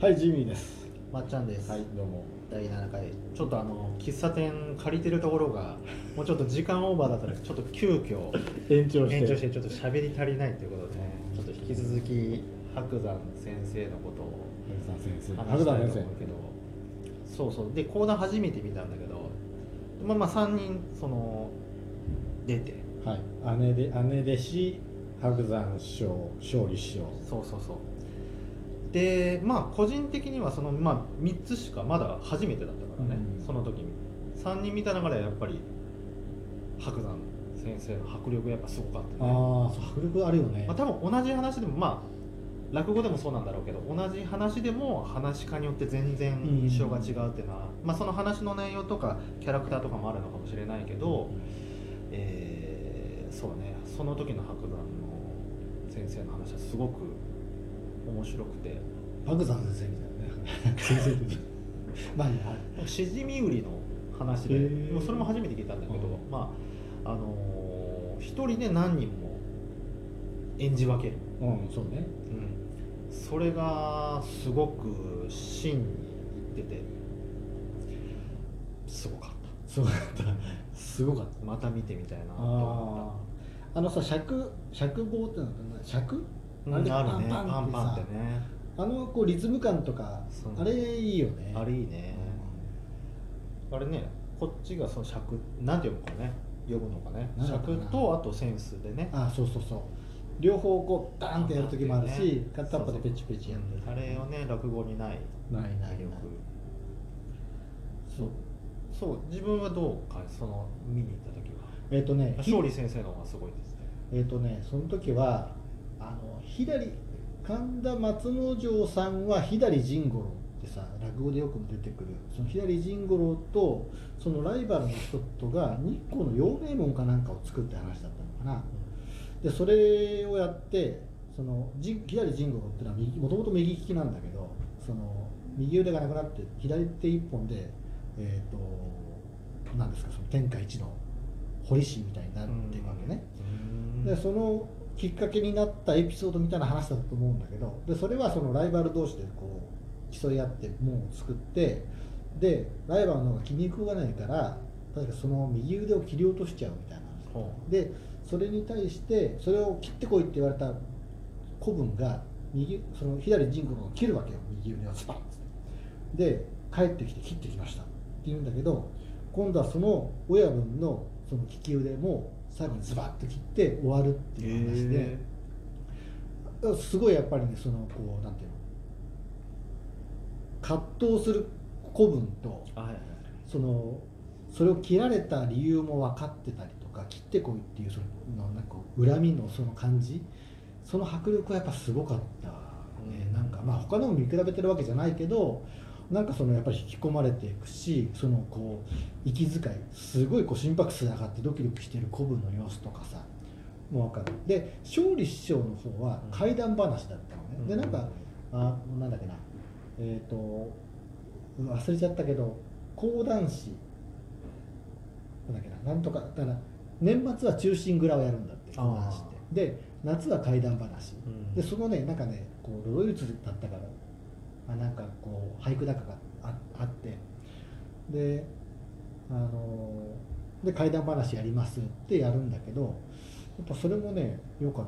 はい、ジミーです。 まっちゃんです、 はい、どうも。 第7回。ちょっと喫茶店借りてるところがもうちょっと時間オーバーだったので、ちょっと急遽延長して。 延長してちょっと喋り足りないということで、ちょっと引き続き白山先生のことを話したいと思うけど、そうで講談初めて見たんだけど、3人出て、 はい、姉弟子、白山師匠、勝利師匠。 そうで、個人的には3つしかまだ初めてだったからね、その時に3人見た中でやっぱり白山先生の迫力がやっぱすごかったね。 迫力あるよね。 多分同じ話でも落語でもそうなんだろうけど、同じ話でも話し家によって全然印象が違うっていうのは、その話の内容とかキャラクターとかもあるのかもしれないけど、そうね、その時の白山の先生の話はすごく面白くて、 白山先生みたいなね先生的しじみ売りの話で、それも初めて聞いたんだけど、一人で何人も演じ分ける、 そうね、 それがすごく芯にいっててすごかった。 すごかった。 また見てみたいなと思った。尺棒ってのは尺、 あるね、パンパンってね、 こうリズム感とか、あれいいよね。 あれいいね、あれね、こっちがその尺なんて読むかね、呼ぶのかね、尺とあとセンスでね、 そう両方こうダーンってやる時もあるし、片っぽでペチペチやる、 あれをね、落語にない魅力。そう自分はどうか、見に行った時は勝利先生の方がすごいですね。 その時は神田松之丞さんは左甚五郎ってさ、落語でよく出てくるその左甚五郎とそのライバルの人とが日光の陽明門かなんかを作って話だったのかな、でそれをやって、その左甚五郎ってのはもともと右利きなんだけど、その右腕がなくなって左手一本でなんですか、その天下一の堀師みたいになっていくわけね。でそのきっかけになったエピソードみたいな話だと思うんだけど、でそれはそのライバル同士でこう競い合って門を作って、でライバルの方が気に食わないから確かその右腕を切り落としちゃうみたいな話で、それに対してそれを切ってこいって言われた子分がその左甚五郎を切るわけよ、右腕をスパッで帰ってきて切ってきましたって言うんだけど、今度はその親分のその利き腕も最後にズバッと切って終わるっていう話で、すごいやっぱりね、そのこうなんていうの、葛藤する子分と、それを切られた理由も分かってたりとか、切ってこいっていうそのなんか恨みのその感じ、その迫力はやっぱすごかったね。なんか他のも見比べてるわけじゃないけど、なんかそのやっぱり引き込まれていくし、そのこう息遣い、すごいこう心拍数上がってドキドキしてる子分の様子とかさもう分かる。で勝利師匠の方は怪談話だったのね、でなんかなんだっけな、忘れちゃったけど、講談師なんだっけな、なんとかだから年末は忠臣蔵をやるんだって、講談師って。で夏は怪談話、でそのね、なんかね、こうロイツだったからなんかこう俳句だかがあって、で怪談話やりますってやるんだけど、やっぱそれもね良かった。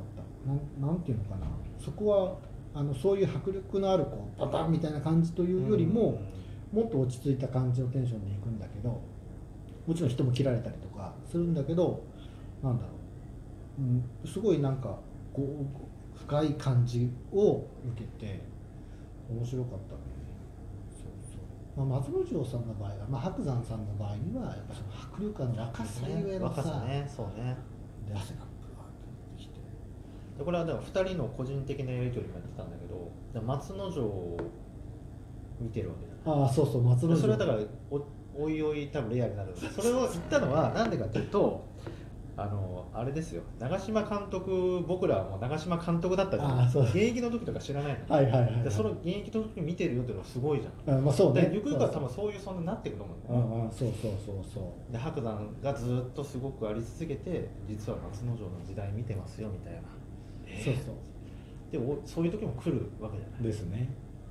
なんていうのかな、そこはそういう迫力のあるこうバタンみたいな感じというよりも、もっと落ち着いた感じのテンションでいくんだけど、もちろん人も切られたりとかするんだけど、なんだろう、すごいなんかこう深い感じを受けて面白かったね。松之丞さんの場合は、白山さんの場合にはやっぱその迫力感の若さゆえのさ、 そうね、 で汗がブワーって出てきて、 これはでも2人の個人的なやり取りもやってたんだけど、松之丞を見てるわけじゃない。 そう松之丞、 それはだからおいおい多分レアになるんです。それを言ったのはなんでかというと、あれですよ、長嶋監督、僕らはもう長嶋監督だったじゃん。現役の時とか知らないの。でその現役の時見てるよっていうのはすごいじゃん。 そうね。 ゆくゆくは多分そういうそんななっていくと思うんだよね。 そうで白山がずっとすごくあり続けて、実は松之丞の時代見てますよみたいな。でそういう時も来るわけじゃないですね。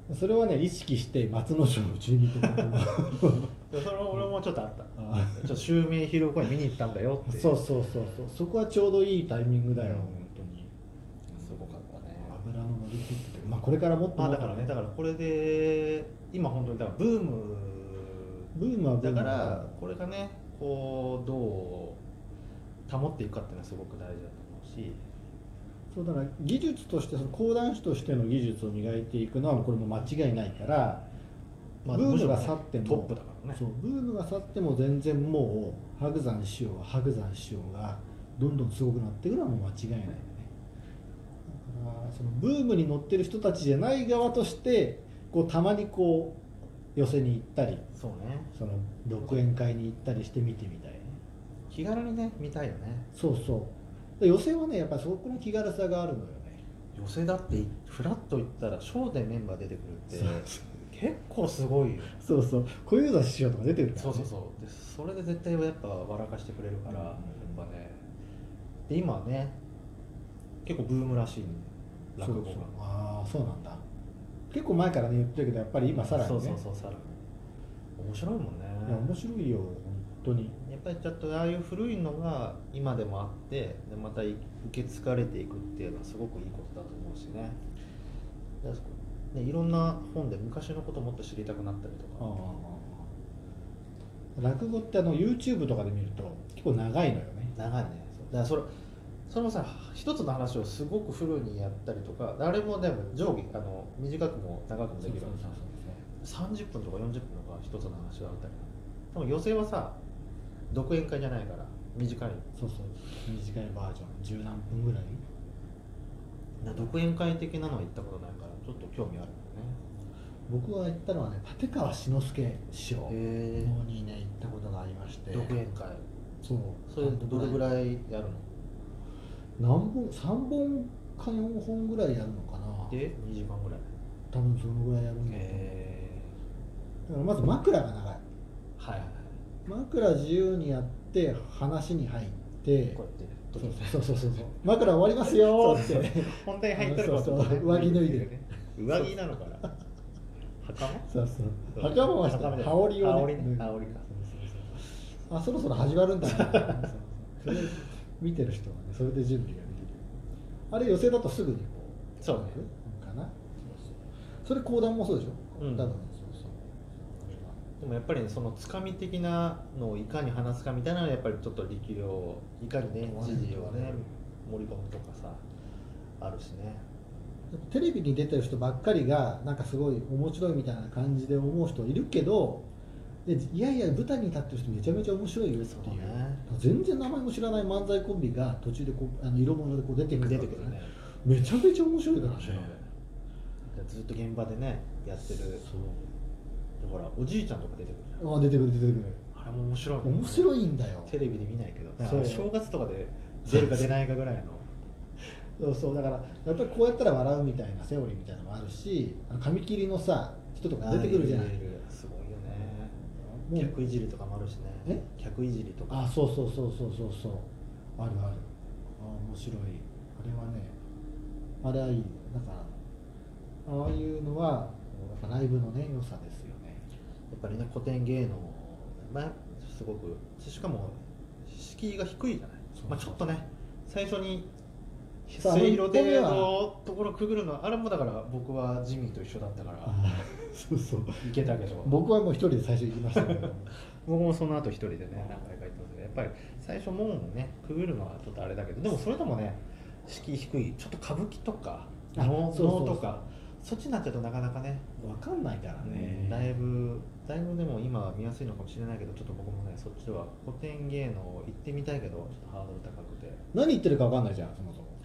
それはね意識して松之丞のうちに見てたと思うそれ俺もちょっとあったちょっと襲名披露公演見に行ったんだよってそうそこはちょうどいいタイミングだよ、本当にすごかったね。 油の乗り切ってて、まあこれからもっとだからこれで今本当にだからブームはだからこれがねこうどう保っていくかっていうのはすごく大事だと思うし、 そうだから技術としてその講談師としての技術を磨いていくのはこれも間違いないから、ブームが去ってもトップだからね。 そうブームが去っても全然もう白山師匠がどんどんすごくなっていくのはもう間違いないよね。だからそのブームに乗ってる人たちじゃない側としてこうたまにこう寄席に行ったり、 そうね、 その独演会に行ったりして見てみたいね。 気軽にね見たいよね。 そう寄席はねやっぱりそこの気軽さがあるのよね。 寄席だってフラッと行ったらショーでメンバー出てくるって結構すごいよ。 そう小遊三師匠とか出てるから、ね、 そうでそれで絶対やっぱ笑かしてくれるから、やっぱね。で今はね結構ブームらしい落語が。 ああそうなんだ。結構前からね言ってるけどやっぱり今さらにね。 そうさらに面白いもんね。 いや面白いよ本当に。 やっぱりちょっとああいう古いのが今でもあってでまた受け継がれていくっていうのはすごくいいことだと思うしね。いろんな本で昔のことをもっと知りたくなったりとか。 落語ってYouTube とかで見ると結構長いのよね。 長いね。だからそれもさ一つの話をすごくフルにやったりとか、あれもでも上下短くも長くもできるわけじゃん。30分とか40分とか一つの話があったり。でも寄席はさ独演会じゃないから短い。 短いバージョン10何分ぐらい。 独演会的なのは行ったことないからちょっと興味あるよね。 僕が行ったのはね立川志の輔師匠のにね行ったことがありまして。 独演会。それどれぐらいやるの？ 何本3本か4本ぐらいやるのかな。 で2時間ぐらい。 多分そのぐらいやるんだと思う。だからまず枕が長い。 はい枕自由にやって話に入ってこうやってそう枕終わりますよーって本題入ってること上着脱いで上着なのかな。 袴袴はして羽織をね羽織か。 あそろそろ始まるんだなそれ見てる人はねそれで準備ができる。あれ寄席だとすぐにこうそうねかな。それ講談もそうでしょ。多分でもやっぱり、ね、そのつかみ的なのをいかに話すかみたいなのはやっぱりちょっと力量いかにね時事をね盛り込むとかさあるしね。 テレビに出てる人ばっかりがなんかすごい面白いみたいな感じで思う人いるけど、いや舞台に立ってる人めちゃめちゃ面白いよっていう、ね、全然名前も知らない漫才コンビが途中でこう色物でこう出てくるね。めちゃめちゃ面白いからね。 ずっと現場でねやってる。ほらおじいちゃんとか出てくるじゃん。 出てくる。 あれも面白いもんね。 面白いんだよ。 テレビで見ないけど正月とかで出るか出ないかぐらいのそうだからやっぱりこうやったら笑うみたいなセオリーみたいなのもあるし、紙切りのさ人とか出てくるじゃない。 すごいよね。客いじりとかもあるしね。客いじりとか。 そうある面白い。あれはねあれはいい。だからああいうのはライブのね良さですよね。 やっぱりね古典芸能すごくしかも敷居が低いじゃない。ちょっとね最初に末広亭のところくぐるのはあれもだから僕はジミーと一緒だったから行けたけど僕はもう一人で最初行きましたけど僕もその後一人でね何回か行ってますけどやっぱり最初門をねくぐるのはちょっとあれだけどでもそれでもね敷居低いちょっと歌舞伎とか能とかそっちになっちゃうとなかなかね分かんないからね。 だいぶでも今は見やすいのかもしれないけどちょっと僕もねそっちでは古典芸能行ってみたいけどちょっとハードル高くて何言ってるか分かんないじゃんそもそも。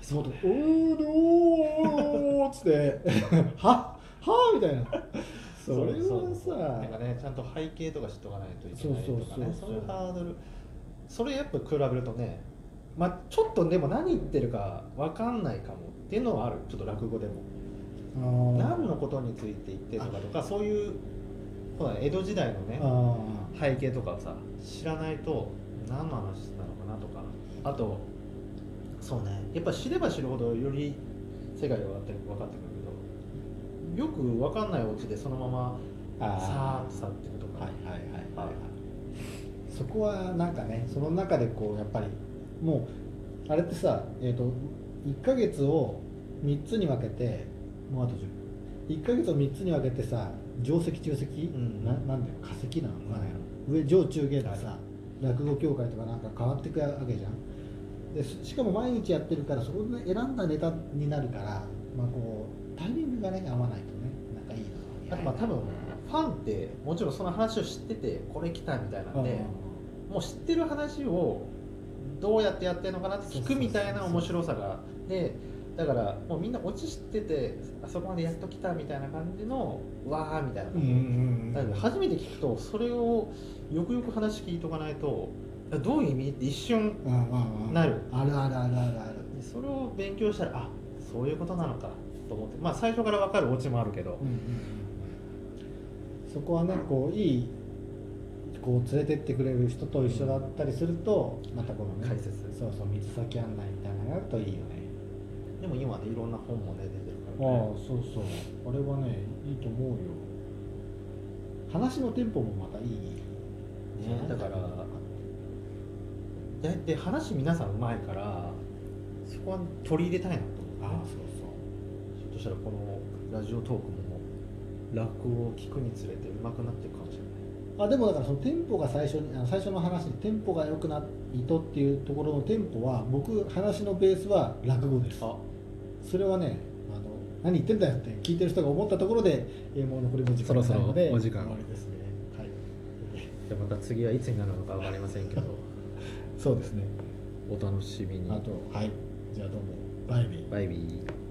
おーっつってはみたいな。それはさなんかねちゃんと背景とか知っとかないといけないとかねそういうハードルそれやっぱ比べるとねちょっとでも何言ってるか分かんないかもっていうのはある。ちょっと落語でも何のことについて言ってるのかとかそういう江戸時代のね背景とかさ知らないと何の話なのかなとかあとそうねやっぱ知れば知るほどより世界が分かってくるけどよく分かんないお家でそのままさーっと去っていくとか、 はいはいはいはい、そこはなんかね、その中でこうやっぱりもうあれってさ、1ヶ月を3つに分けて、もうあと10、1ヶ月を3つに分けてさ、上席中席、なんだよ、下席なのかな、上上中下でさ、落語協会とかなんか変わっていくわけじゃん。でしかも毎日やってるから、そこで選んだネタになるから、まあ、こうタイミングがね合わないとね、なんかいいな。 あとまあ多分ファンってもちろんその話を知っててこれ来たみたいなんで、もう知ってる話をどうやってやってるのかなって聞くみたいな面白さがあって、だからもうみんなオチ知っててあそこまでやっと来たみたいな感じのわーみたいな感じ、だから初めて聞くとそれをよくよく話聞いとかないとどういう意味って一瞬なる、 あるあるあるあるある。 それを勉強したらあそういうことなのかと思って、まあ最初から分かるオチもあるけど、 そこはねこういいこう連れてってくれる人と一緒だったりすると、またこのね解説、 そうそう水先案内みたいなのがあるといいよね。 でも今でいろんな本もね出てるからね。ああそうそう、あれはねいいと思うよ。話のテンポもまたいい、 ね、だからで話皆さんうまいからそこは取り入れたいなと思って、 そうそう、 ひょっとしたらこのラジオトークも落語を聞くにつれてうまくなっていくかもしれない。 でもだからそのテンポが最初の話でテンポが良くないとっていうところのテンポは、僕話のベースは落語です。それはね、何言ってんだよって聞いてる人が思ったところで、もう残りの時間がないのでそろそろお時間終わりですね。はい。 じゃあまた次はいつになるのか分かりませんけどそうですね。 お楽しみに。 はい。じゃあどうもバイビー。 バイビー。